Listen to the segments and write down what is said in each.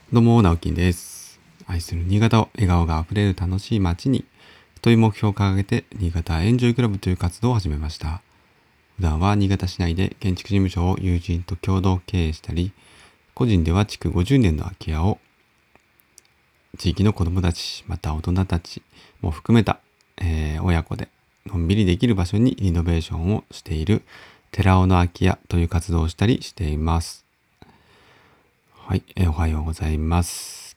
どうも、直樹です。愛する新潟を笑顔があふれる楽しい街に、という目標を掲げて、新潟エンジョイクラブという活動を始めました。普段は新潟市内で建築事務所を友人と共同経営したり、個人では築50年の空き家を地域の子どもたち、また大人たちも含めた、親子でのんびりできる場所にリノベーションをしている寺尾の空き家という活動をしたりしています。はい、おはようございます。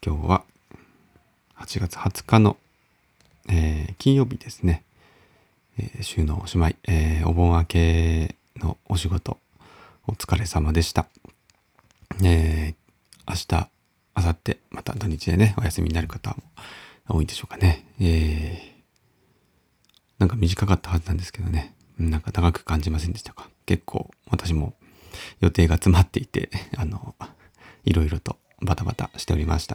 今日は8月20日の、金曜日ですね。週のおしまい、お盆明けのお仕事お疲れ様でした。明日、明後日、また土日でね、お休みになる方も多いでしょうかね。なんか短かったはずなんですけどね。なんか長く感じませんでしたか？結構私も予定が詰まっていて、いろいろとバタバタしておりました。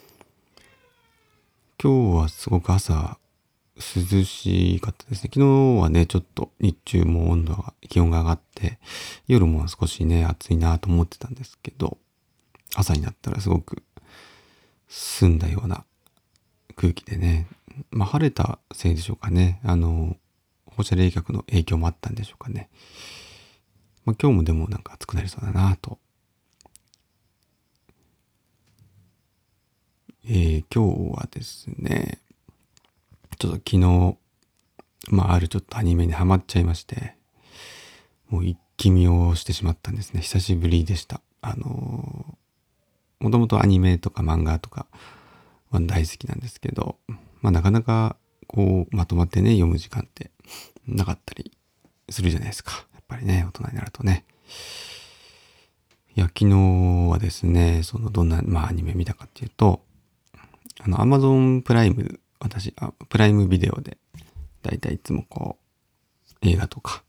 今日はすごく朝涼しかったですね。昨日はね、ちょっと日中も気温が上がって、夜も少しね、暑いなと思ってたんですけど、朝になったらすごく澄んだような空気でね、晴れたせいでしょうかね。放射冷却の影響もあったんでしょうかね。今日もでもなんか暑くなりそうだなと。今日はですね、ちょっと昨日、あるちょっとアニメにハマっちゃいまして、もう一気見をしてしまったんですね。久しぶりでした。もともとアニメとか漫画とかは大好きなんですけど、なかなかこうまとまってね、読む時間ってなかったりするじゃないですか。やっぱりね、大人になるとね。いや、昨日はですね、どんな、アニメ見たかっていうと、Amazon プライム、プライムビデオで、だいたいいつもこう、映画とか、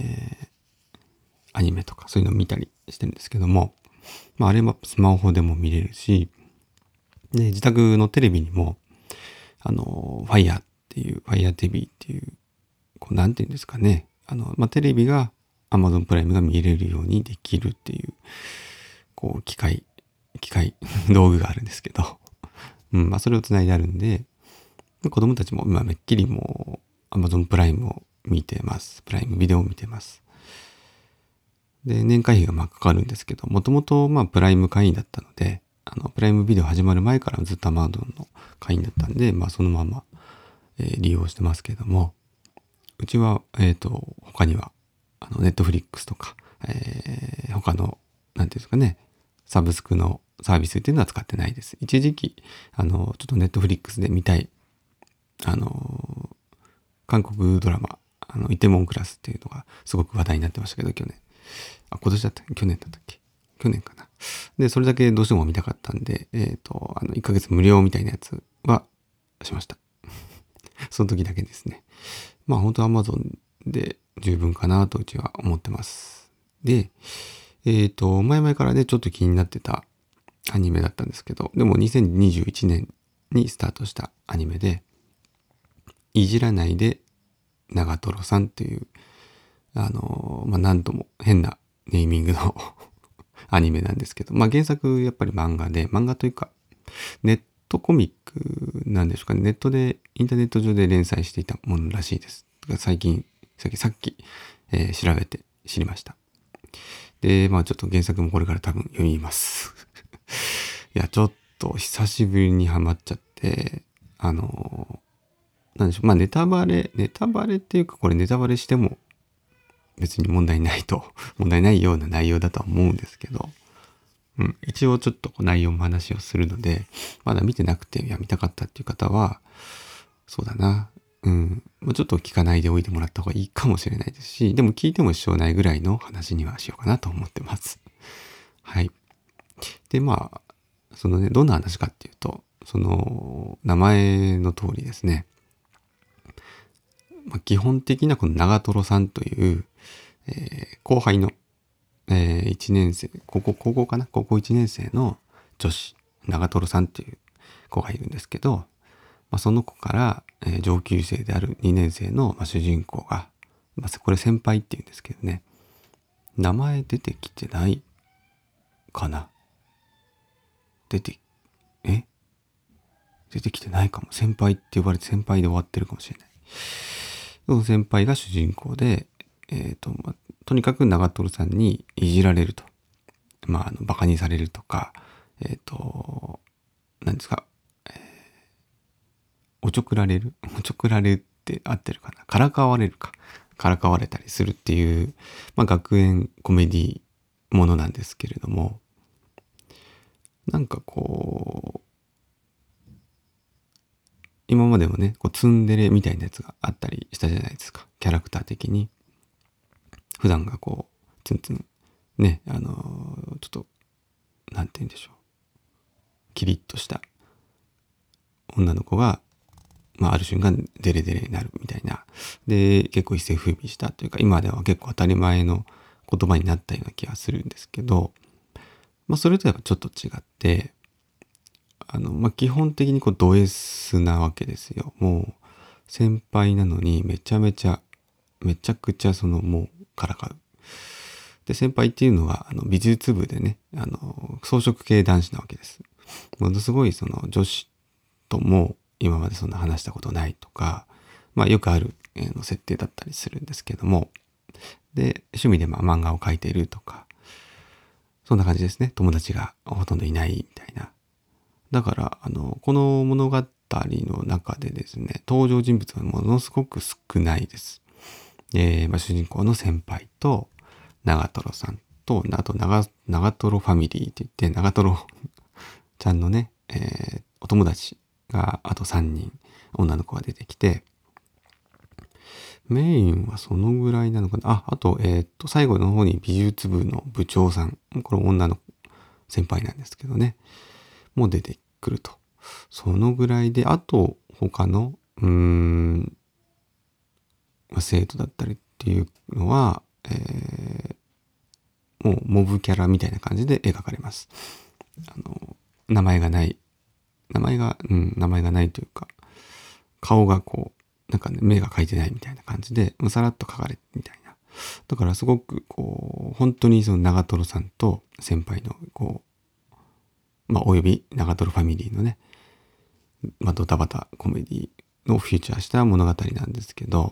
アニメとかそういうのを見たりしてるんですけども、あれはスマホでも見れるし、で、自宅のテレビにも、Fire っていう、Fire TV っていう、なんていうんですかね。テレビが Amazon プライムが見れるようにできるっていう、機械、道具があるんですけど、それをつないであるんで、子供たちも今めっきりもう Amazon プライムを見てます。プライムビデオを見てます。で、年会費がかかるんですけど、もともとプライム会員だったので、プライムビデオ始まる前からずっと Amazon の会員だったんで、そのまま、利用してますけども、うちは、他には、ネットフリックスとか、他の、なんていうんですかね、サブスクのサービスっていうのは使ってないです。一時期、ちょっとネットフリックスで見たい、韓国ドラマ、イテウォンクラスっていうのがすごく話題になってましたけど、去年。今年だったっけ？去年だったっけ？去年かな。で、それだけどうしても見たかったんで、1ヶ月無料みたいなやつはしました。その時だけですね。本当 Amazon で十分かなとうちは思ってます。で、前々からね、ちょっと気になってたアニメだったんですけど、でも2021年にスタートしたアニメで、いじらないで長瀞さんっていう、なんとも変なネーミングのアニメなんですけど、原作やっぱり漫画というか、ネットコミックなんでしょうかね。インターネット上で連載していたものらしいです。さっき、調べて知りました。で、ちょっと原作もこれから多分読みます。いや、ちょっと久しぶりにハマっちゃって、なんでしょう。ネタバレっていうか、これネタバレしても別に問題ないような内容だとは思うんですけど、一応ちょっと内容も話をするので、まだ見てなくて、見たかったっていう方は、そうだな。もうちょっと聞かないでおいてもらった方がいいかもしれないですし、でも聞いても支障ないぐらいの話にはしようかなと思ってます。はい。で、どんな話かっていうと、名前の通りですね。基本的なこの長瀞さんという、後輩の、1年生、高校かな高校1年生の女子、長瀞さんっていう子がいるんですけど、その子から、上級生である2年生の、主人公が、これ先輩っていうんですけどね、名前出てきてないかな出て出てきてないかも。先輩って呼ばれて先輩で終わってるかもしれない。その先輩が主人公で、とにかく長瀞さんにいじられると。バカにされるとか、何ですか、おちょくられるって合ってるかな。からかわれるか。からかわれたりするっていう、学園コメディものなんですけれども、なんかこう、今までもね、ツンデレみたいなやつがあったりしたじゃないですか。キャラクター的に。普段がツンツン、ね、ちょっと、なんて言うんでしょう。キリッとした女の子が、ある瞬間デレデレになるみたいな。で、結構一世風靡したというか、今では結構当たり前の言葉になったような気がするんですけど、それとやっぱちょっと違って、基本的にド S なわけですよ。もう、先輩なのにめちゃくちゃもうからかう。で、先輩っていうのは、美術部でね、装飾系男子なわけです。ものすごい女子とも今までそんな話したことないとか、よくある設定だったりするんですけども、で、趣味で漫画を描いているとか、そんな感じですね。友達がほとんどいないみたいな。だから、この物語の中でですね、登場人物はものすごく少ないです。主人公の先輩と、長瀞さんと、あと長瀞ファミリーって言って、長瀞ちゃんのね、お友達があと3人、女の子が出てきて、メインはそのぐらいなのかな。あと、最後の方に美術部の部長さん、これ女の先輩なんですけどね、もう出てくると。そのぐらいで、あと他の、生徒だったりっていうのは、もうモブキャラみたいな感じで描かれます。名前がないというか、顔がなんかね、目が描いてないみたいな感じで、さらっと描かれみたいな。だからすごく本当にその長瀞さんと先輩のおよび長瀞ファミリーのね、ドタバタコメディのフィーチャーした物語なんですけど、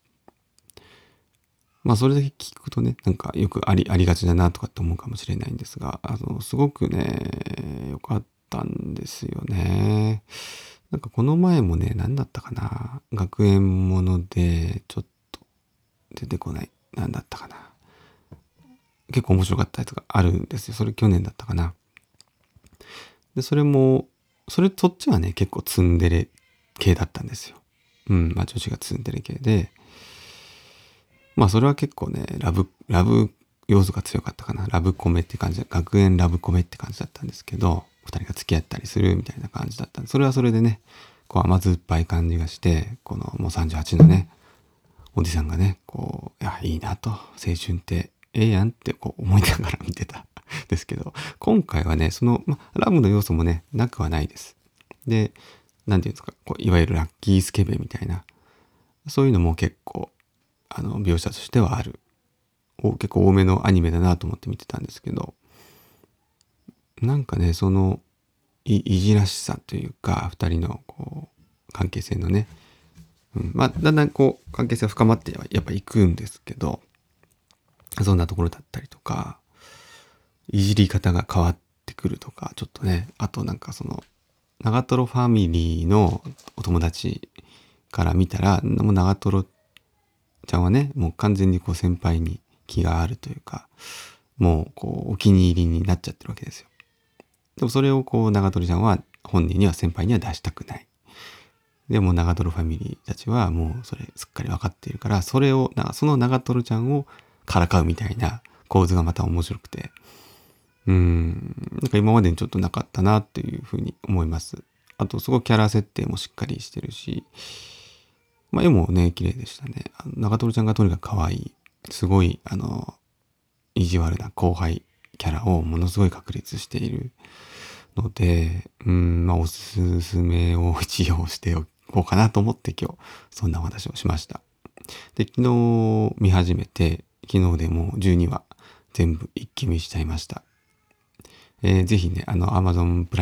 それだけ聞くとね、なんかよくありがちだなとかって思うかもしれないんですが、すごくね、良かったんですよね。なんかこの前もね、何だったかな。学園もので、ちょっと出てこない。何だったかな。結構面白かったやつがあるんですよ。それ去年だったかな。で、そっちはね、結構ツンデレ系だったんですよ。女子がツンデレ系で、それは結構ね、ラブ要素が強かったかな。ラブコメって感じで、学園ラブコメって感じだったんですけど、二人が付き合ったりするみたいな感じだったんで、それはそれでね、甘酸っぱい感じがして、もう38のね、おじさんがね、いいなと、青春ってええやんって思いながら見てたですけど、今回はね、ラブの要素もね、なくはないです。で、なんていうんですか、いわゆるラッキースケベみたいな、そういうのも結構、描写としてはある。結構多めのアニメだなと思って見てたんですけど、なんかね、いじらしさというか、二人の関係性のね、だんだん関係性が深まってやっぱいくんですけど、そんなところだったりとか、いじり方が変わってくるとか、ちょっとね、あとなんか長瀞ファミリーのお友達から見たら、もう長瀞ちゃんはね、もう完全に先輩に気があるというか、もうお気に入りになっちゃってるわけですよ。でもそれを長瀞ちゃんは本人には先輩には出したくない。でも長瀞ファミリーたちはもうそれすっかり分かっているから、その長瀞ちゃんをからかうみたいな構図がまた面白くて、なんか今までにちょっとなかったなっていうふうに思います。あとすごいキャラ設定もしっかりしてるし、絵もね、綺麗でしたね。長瀞ちゃんがとにかく可愛い。すごい、意地悪な後輩キャラをものすごい確立しているので、おすすめを一応しておこうかなと思って今日、そんなお話をしました。で、昨日見始めて、昨日でもう12話全部一気見しちゃいました。ぜひね、Amazon プライム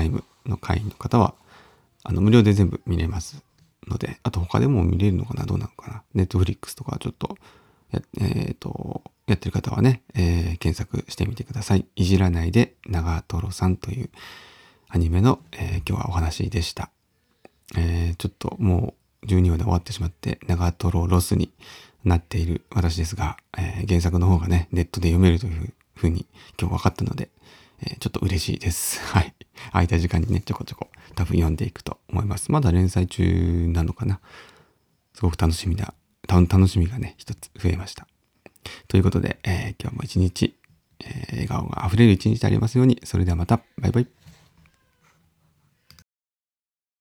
の会員の方は、無料で全部見れますので、あと他でも見れるのかな、どうなのかな。ネットフリックスとかちょっと、やってる方はね、検索してみてください。いじらないで長瀞さんというアニメの、今日はお話でした。ちょっともう12話で終わってしまって長瀞ロスになっている私ですが、原作の方がね、ネットで読めるというふうに今日分かったので、ちょっと嬉しいです。はい。空いた時間にね、ちょこちょこ多分読んでいくと思います。まだ連載中なのかな。すごく楽しみがね、一つ増えました。ということで、今日も一日、笑顔が溢れる一日でありますように。それではまた。バイバイ。